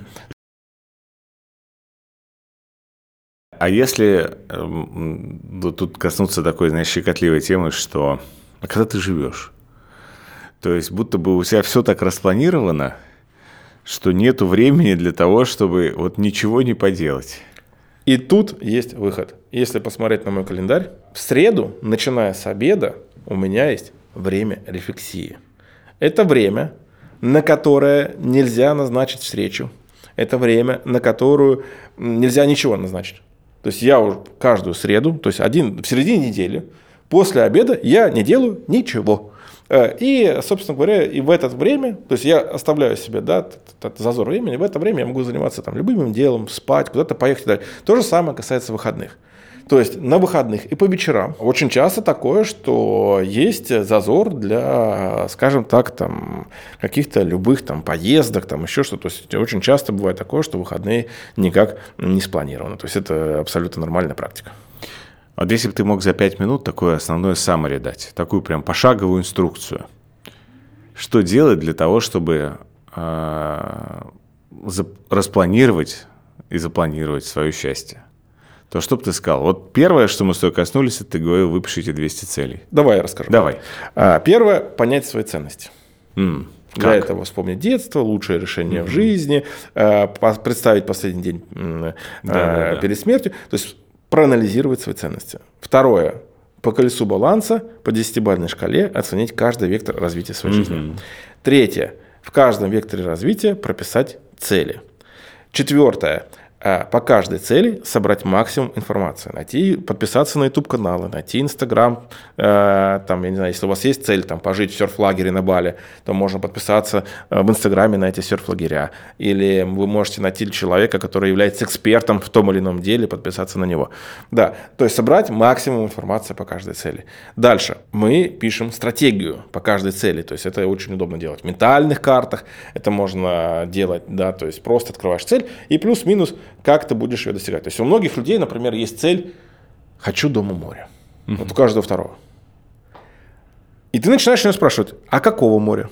А если тут коснуться такой, знаешь, щекотливой темы, что когда ты живешь, то есть будто бы у тебя все так распланировано, что нету времени для того, чтобы вот ничего не поделать. И тут есть выход. Если посмотреть на мой календарь, в среду, начиная с обеда, у меня есть время рефлексии. Это время, на которое нельзя назначить встречу. Это время, на которую нельзя ничего назначить. То есть я уже каждую среду, то есть в середине недели, после обеда я не делаю ничего. И, собственно говоря, и в это время, то есть я оставляю себе этот зазор времени, в это время я могу заниматься любым делом, спать, куда-то поехать и далее. То же самое касается выходных. То есть на выходных и по вечерам очень часто такое, что есть зазор для, скажем так, каких-то любых поездок, еще что-то. То есть очень часто бывает такое, что выходные никак не спланированы. То есть это абсолютно нормальная практика. Вот если бы ты мог за 5 минут такое основное summary дать, такую прям пошаговую инструкцию, что делать для того, чтобы распланировать и запланировать свое счастье, то что бы ты сказал? Вот первое, что мы с тобой коснулись, это ты говорил, выпишите 200 целей. Давай я расскажу. Давай. Первое – понять свои ценности. Для Как? этого вспомнить детство, лучшее решение в жизни, представить последний день перед смертью. То есть проанализировать свои ценности. Второе. По колесу баланса, по 10-бальной шкале оценить каждый вектор развития своей жизни. Третье. В каждом векторе развития прописать цели. Четвертое. По каждой цели собрать максимум информации. Подписаться на YouTube-каналы, найти Instagram. Я не знаю, если у вас есть цель пожить в серф-лагере на Бали, то можно подписаться в Инстаграме на эти серф-лагеря. Или вы можете найти человека, который является экспертом в том или ином деле, подписаться на него. Да, то есть собрать максимум информации по каждой цели. Дальше. Мы пишем стратегию по каждой цели. То есть это очень удобно делать в ментальных картах. Это можно делать, то есть просто открываешь цель и плюс-минус как ты будешь ее достигать. То есть у многих людей, например, есть цель «хочу дом у моря». Вот у каждого второго. И ты начинаешь ее спрашивать, а какого моря?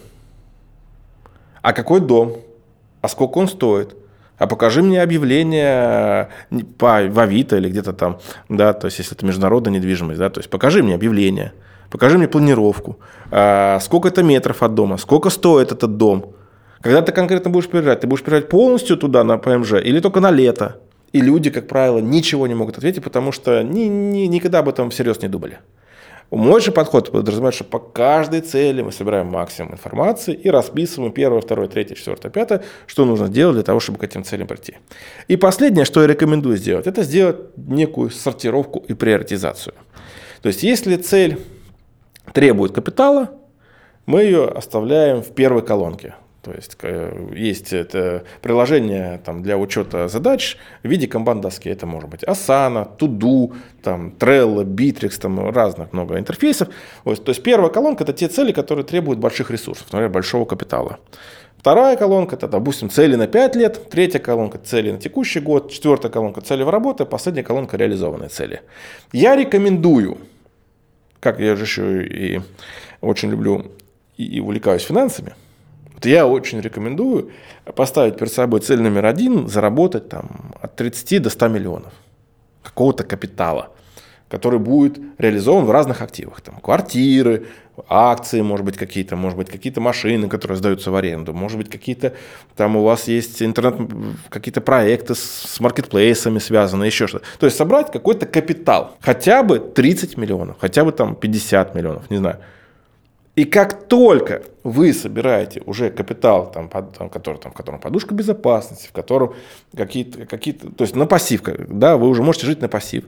А какой дом? А сколько он стоит? А покажи мне объявление в Авито или где-то там, то есть если это международная недвижимость, то есть покажи мне объявление, покажи мне планировку, сколько это метров от дома, сколько стоит этот дом. Когда ты конкретно будешь приезжать, ты будешь приезжать полностью туда на ПМЖ или только на лето? И люди, как правило, ничего не могут ответить, потому что никогда об этом всерьез не думали. Мой же подход подразумевает, что по каждой цели мы собираем максимум информации и расписываем 1, 2, 3, 4, 5, что нужно сделать для того, чтобы к этим целям прийти. И последнее, что я рекомендую сделать, это сделать некую сортировку и приоритизацию. То есть если цель требует капитала, мы ее оставляем в первой колонке. То есть есть это приложение для учета задач в виде канбан-доски. Это может быть Asana, To-Do, Trello, Bittrex, разных много интерфейсов. То есть первая колонка – это те цели, которые требуют больших ресурсов, например, большого капитала. Вторая колонка – это, допустим, цели на 5 лет. Третья колонка – цели на текущий год. Четвертая колонка – цели в работе. Последняя колонка – реализованные цели. Я рекомендую, как я же еще и очень люблю и увлекаюсь финансами, я очень рекомендую поставить перед собой цель номер 1, заработать от 30 до 100 миллионов какого-то капитала, который будет реализован в разных активах. Квартиры, акции, может быть, какие-то машины, которые сдаются в аренду, может быть, какие-то у вас есть интернет, какие-то проекты с маркетплейсами связаны, еще что-то. То есть собрать какой-то капитал, хотя бы 30 миллионов, хотя бы 50 миллионов, не знаю. И как только вы собираете уже капитал, в котором подушка безопасности, в котором какие-то, то есть на пассив, вы уже можете жить на пассив,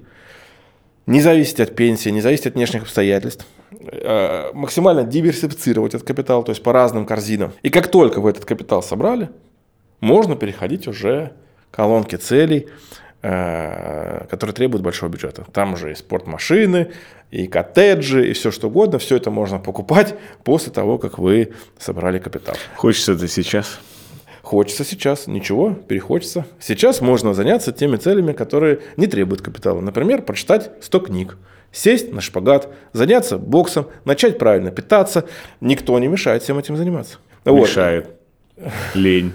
не зависеть от пенсии, не зависеть от внешних обстоятельств, максимально диверсифицировать этот капитал, то есть по разным корзинам. И как только вы этот капитал собрали, можно переходить уже к колонке целей, которые требуют большого бюджета. Там уже и спортмашины, и коттеджи, и все что угодно. Все это можно покупать после того, как вы собрали капитал. Хочется это сейчас? хочется сейчас, ничего, перехочется. Сейчас можно заняться теми целями, которые не требуют капитала. Например, прочитать 100 книг, сесть на шпагат, заняться боксом, начать правильно питаться. Никто не мешает всем этим заниматься. Мешает. Лень.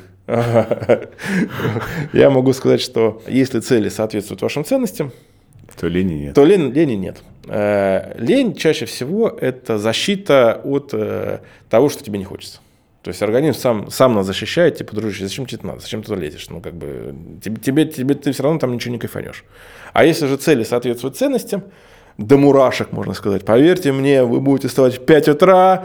Я могу сказать, что если цели соответствуют вашим ценностям, то лени нет. То лени нет. Лень чаще всего это защита от того, что тебе не хочется. То есть организм сам нас защищает, типа, дружище, зачем тебе это надо, зачем ты туда лезешь? Ну, как бы, тебе ты все равно там ничего не кайфанешь. А если же цели соответствуют ценностям, до мурашек, можно сказать, поверьте мне, вы будете вставать в 5 утра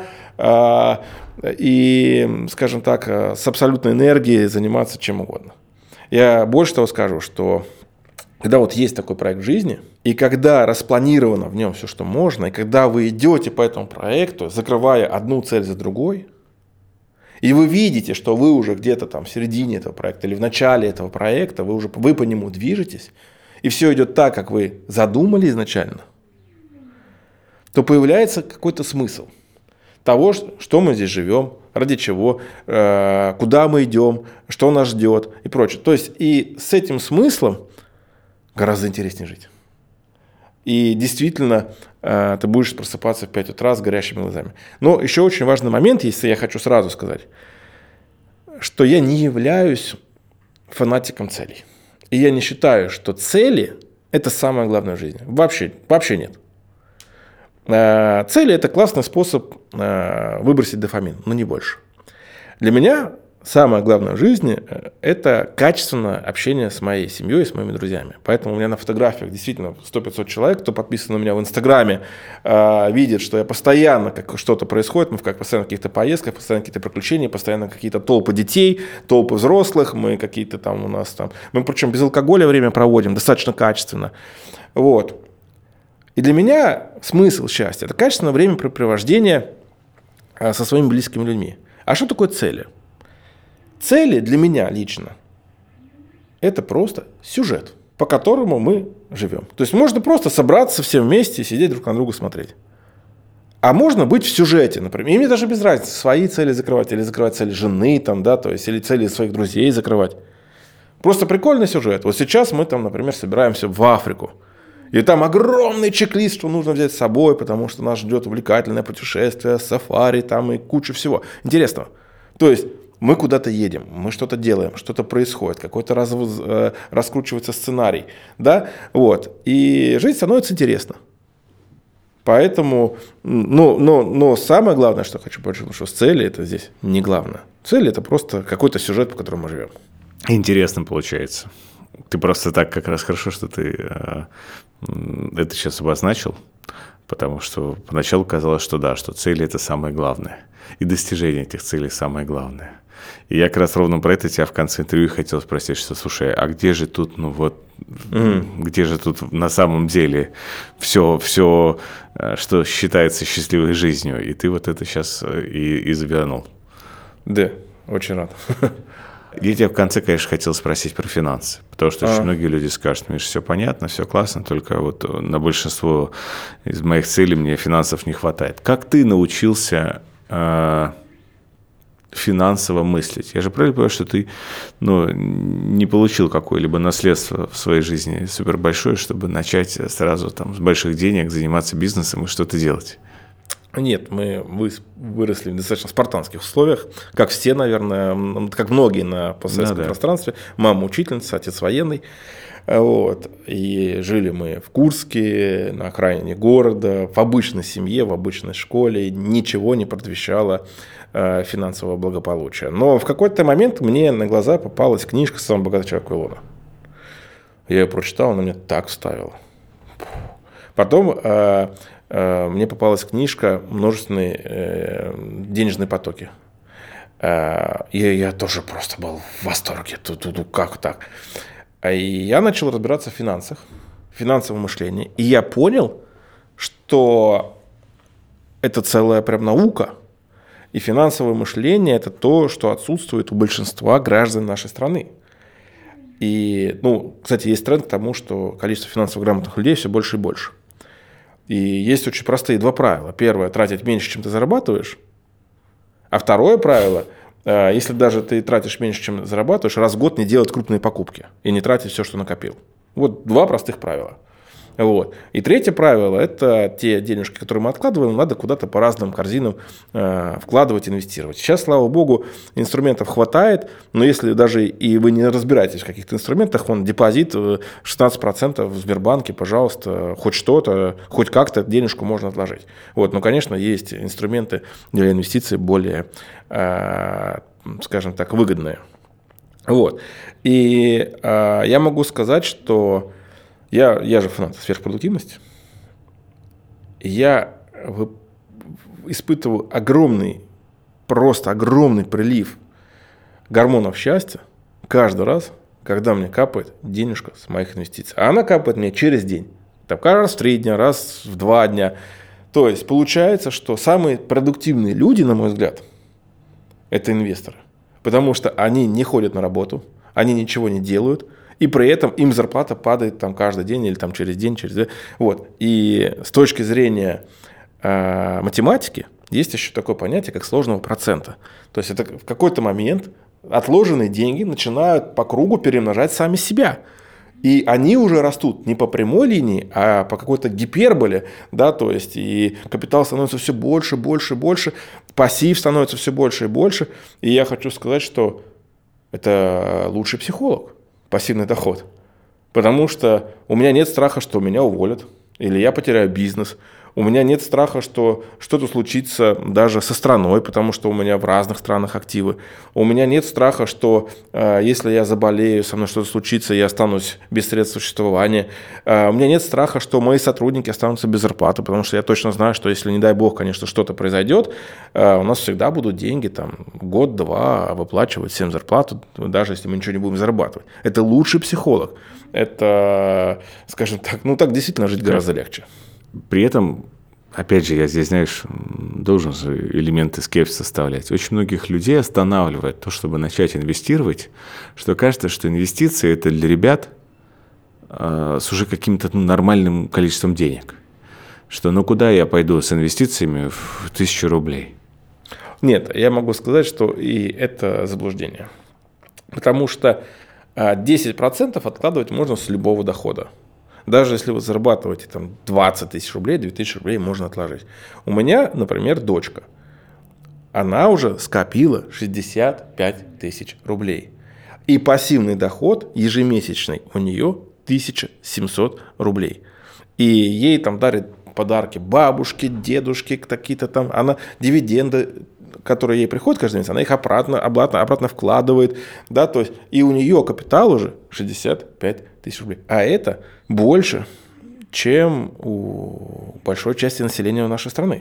и, скажем так, с абсолютной энергией заниматься чем угодно. Я больше того скажу, что когда вот есть такой проект жизни, и когда распланировано в нем все, что можно, и когда вы идете по этому проекту, закрывая одну цель за другой, и вы видите, что вы уже где-то там в середине этого проекта или в начале этого проекта, вы по нему движетесь, и все идет так, как вы задумали изначально, то появляется какой-то смысл того, что мы здесь живем, ради чего, куда мы идем, что нас ждет и прочее. То есть и с этим смыслом гораздо интереснее жить. И действительно, ты будешь просыпаться в 5 утра с горящими глазами. Но еще очень важный момент, если я хочу сразу сказать, что я не являюсь фанатиком целей. И я не считаю, что цели – это самое главное в жизни. Вообще нет. Цели – это классный способ выбросить дофамин, но не больше. Для меня самое главное в жизни – это качественное общение с моей семьей и с моими друзьями. Поэтому у меня на фотографиях действительно 100-500 человек, кто подписан на меня в Инстаграме, видит, что я постоянно, как что-то происходит, мы постоянно в каких-то поездках, постоянно какие-то приключения, постоянно какие-то толпы детей, толпы взрослых, мы какие-то там у нас там… Мы причем без алкоголя время проводим, достаточно качественно. Вот. И для меня смысл счастья – это качественное времяпрепровождение со своими близкими людьми. А что такое цели? Цели для меня лично – это просто сюжет, по которому мы живем. То есть можно просто собраться все вместе и сидеть друг на друга смотреть. А можно быть в сюжете, например. И мне даже без разницы, свои цели закрывать или закрывать цели жены, там, да, то есть, или цели своих друзей закрывать. Просто прикольный сюжет. Вот сейчас мы там, например, собираемся в Африку. И там огромный чек-лист, что нужно взять с собой, потому что нас ждет увлекательное путешествие, сафари там и куча всего интересного. То есть мы куда-то едем, мы что-то делаем, что-то происходит, какой-то раскручивается сценарий, да, вот, и жизнь становится интересна. Поэтому, но самое главное, что хочу подчеркнуть, что цели это здесь не главное. Цель это просто какой-то сюжет, по которому мы живем. Интересно получается. Ты просто так как раз хорошо, что ты это сейчас обозначил, потому что поначалу казалось, что да, что цели – это самое главное, и достижение этих целей – самое главное. И я как раз ровно про это тебя в конце интервью хотел спросить, что, слушай, а где же тут, где же тут на самом деле все, что считается счастливой жизнью, и ты вот это сейчас и завернул. Да, очень рад. Я тебя в конце, конечно, хотел спросить про финансы, потому что очень многие люди скажут, Миш, все понятно, все классно, только вот на большинство из моих целей мне финансов не хватает. Как ты научился финансово мыслить? Я же правильно понимаю, что ты не получил какое-либо наследство в своей жизни супер большое, чтобы начать сразу там, с больших денег заниматься бизнесом и что-то делать? Нет, мы выросли в достаточно спартанских условиях, как все, наверное, как многие на постсоветском пространстве. Мама учительница, отец военный. Вот. И жили мы в Курске, на окраине города, в обычной семье, в обычной школе. Ничего не предвещало финансового благополучия. Но в какой-то момент мне на глаза попалась книжка «Самый богатый человек Вавилона». Я ее прочитал, она мне так вставила. Потом мне попалась книжка «Множественные денежные потоки». И я тоже просто был в восторге. Как так? И я начал разбираться в финансах, в финансовом мышлении. И я понял, что это целая прям наука. И финансовое мышление – это то, что отсутствует у большинства граждан нашей страны. И, кстати, есть тренд к тому, что количество финансово грамотных людей все больше и больше. И есть очень простые два правила. Первое – тратить меньше, чем ты зарабатываешь. А второе правило если даже ты тратишь меньше, чем зарабатываешь, раз в год не делать крупные покупки и не тратить все, что накопил. Вот 2 простых правила. Вот. И третье правило – это те денежки, которые мы откладываем, надо куда-то по разным корзинам вкладывать, инвестировать. Сейчас, слава богу, инструментов хватает, но если даже и вы не разбираетесь в каких-то инструментах, депозит 16% в Сбербанке, пожалуйста, хоть что-то, хоть как-то денежку можно отложить. Вот. Но, конечно, есть инструменты для инвестиций более, скажем так, выгодные. Вот. И я могу сказать, что я же фанат сверхпродуктивности. Я испытываю просто огромный прилив гормонов счастья каждый раз, когда мне капает денежка с моих инвестиций. А она капает мне через день. Там, раз в 3 дня, раз в 2 дня. То есть получается, что самые продуктивные люди, на мой взгляд, это инвесторы. Потому что они не ходят на работу, они ничего не делают, и при этом им зарплата падает там каждый день или там через день, через 2. Вот. И с точки зрения математики есть еще такое понятие, как сложного процента. То есть это в какой-то момент отложенные деньги начинают по кругу перемножать сами себя. И они уже растут не по прямой линии, а по какой-то гиперболе, да, то есть и капитал становится все больше, больше, больше, пассив становится все больше и больше. И я хочу сказать, что это лучший психолог. Пассивный доход. Потому что у меня нет страха, что меня уволят, или я потеряю бизнес. У меня нет страха, что что-то случится даже со страной, потому что у меня в разных странах активы. У меня нет страха, что если я заболею, со мной что-то случится, я останусь без средств существования. У меня нет страха, что мои сотрудники останутся без зарплаты, потому что я точно знаю, что если, не дай бог, конечно, что-то произойдет, у нас всегда будут деньги, там, год-два выплачивать всем зарплату, даже если мы ничего не будем зарабатывать. Это лучший психолог. Это, скажем так, так действительно жить гораздо легче. При этом, опять же, я здесь, знаешь, должен же элементы скепсиса составлять. Очень многих людей останавливает то, чтобы начать инвестировать, что кажется, что инвестиции – это для ребят с уже каким-то нормальным количеством денег. Что куда я пойду с инвестициями в 1000 рублей? Нет, я могу сказать, что и это заблуждение. Потому что 10% откладывать можно с любого дохода. Даже если вы зарабатываете там 20 тысяч рублей, 2000 рублей можно отложить. У меня, например, дочка. Она уже скопила 65 тысяч рублей. И пассивный доход ежемесячный у нее 1700 рублей. И ей там дарят подарки бабушке, дедушке, какие-то там. Она дивиденды, которые ей приходят каждый месяц, она их обратно вкладывает. Да, то есть, и у нее капитал уже 65 тысяч рублей. А это больше, чем у большой части населения нашей страны.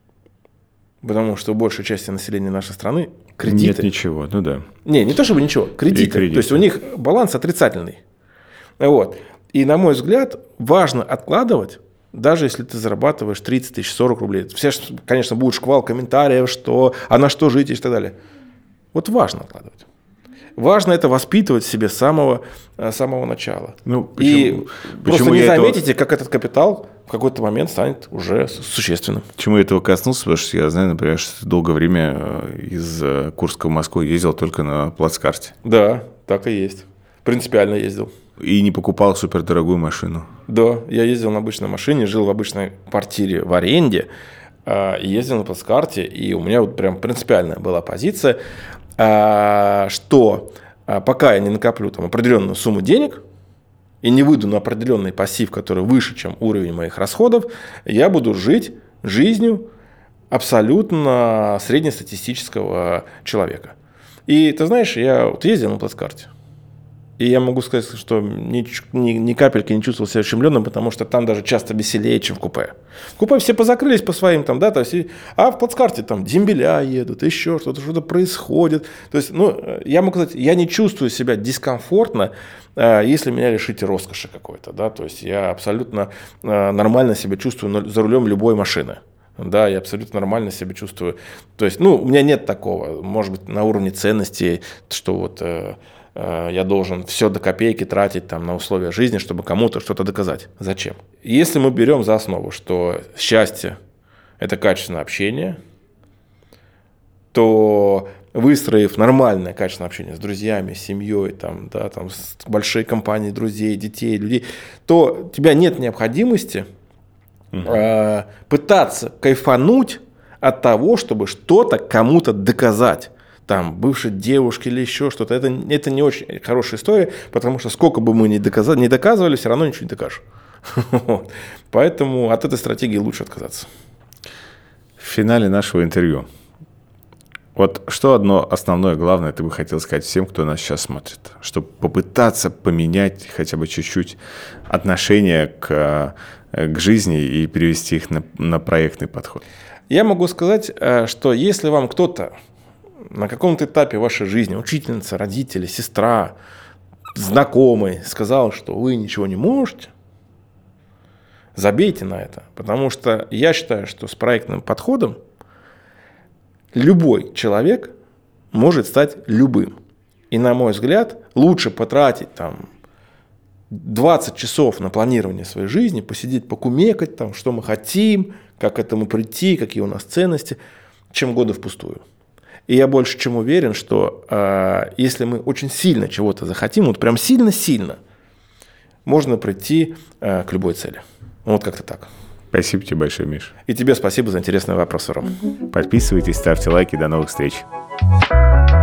Потому что у большей части населения нашей страны кредиты. Нет ничего, да. Не то чтобы ничего, кредиты. То есть у них баланс отрицательный. Вот. И, на мой взгляд, важно откладывать, даже если ты зарабатываешь 30 тысяч, 40 рублей. Все, конечно, будет шквал комментариев, что а на что жить и так далее. Вот важно откладывать. Важно это воспитывать в себе с самого начала. Просто не заметите, как этот капитал в какой-то момент станет уже существенным. Почему я этого коснулся? Потому что я знаю, например, что долгое время из Курска в Москву ездил только на плацкарте. Да, так и есть. Принципиально ездил. И не покупал супердорогую машину. Да, я ездил на обычной машине, жил в обычной квартире в аренде, ездил на плацкарте, и у меня вот прям принципиальная была позиция, что пока я не накоплю там определенную сумму денег и не выйду на определенный пассив, который выше, чем уровень моих расходов, я буду жить жизнью абсолютно среднестатистического человека. И ты знаешь, я вот ездил на плацкарте. И я могу сказать, что ни капельки не чувствовал себя ущемленным, потому что там даже часто веселее, чем в купе. В купе все позакрылись по своим, там, да, то есть, а в плацкарте там дембеля едут, еще что-то происходит. То есть, я могу сказать, я не чувствую себя дискомфортно, если меня лишите роскоши какой-то, да, то есть я абсолютно нормально себя чувствую за рулем любой машины. Да, я абсолютно нормально себя чувствую. То есть, у меня нет такого, может быть, на уровне ценностей, что вот я должен все до копейки тратить там, на условия жизни, чтобы кому-то что-то доказать. Зачем? Если мы берем за основу, что счастье – это качественное общение, то выстроив нормальное качественное общение с друзьями, с семьей, там, да, там, с большой компанией друзей, детей, людей, то у тебя нет необходимости пытаться кайфануть от того, чтобы что-то кому-то доказать. Там, бывшей девушке или еще что-то. Это не очень хорошая история, потому что сколько бы мы ни доказывали, все равно ничего не докажешь. Поэтому от этой стратегии лучше отказаться. В финале нашего интервью. Вот что одно основное, главное, ты бы хотел сказать всем, кто нас сейчас смотрит, чтобы попытаться поменять хотя бы чуть-чуть отношение к жизни и перевести их на проектный подход? Я могу сказать, что если вам кто-то на каком-то этапе вашей жизни, учительница, родители, сестра, знакомый сказал, что вы ничего не можете, забейте на это. Потому что я считаю, что с проектным подходом любой человек может стать любым. И, на мой взгляд, лучше потратить там 20 часов на планирование своей жизни, посидеть, покумекать, там, что мы хотим, как к этому прийти, какие у нас ценности, чем годы впустую. И я больше чем уверен, что если мы очень сильно чего-то захотим, вот прям сильно-сильно, можно прийти к любой цели. Вот как-то так. Спасибо тебе большое, Миш. И тебе спасибо за интересный вопрос, Ром. Подписывайтесь, ставьте лайки. До новых встреч.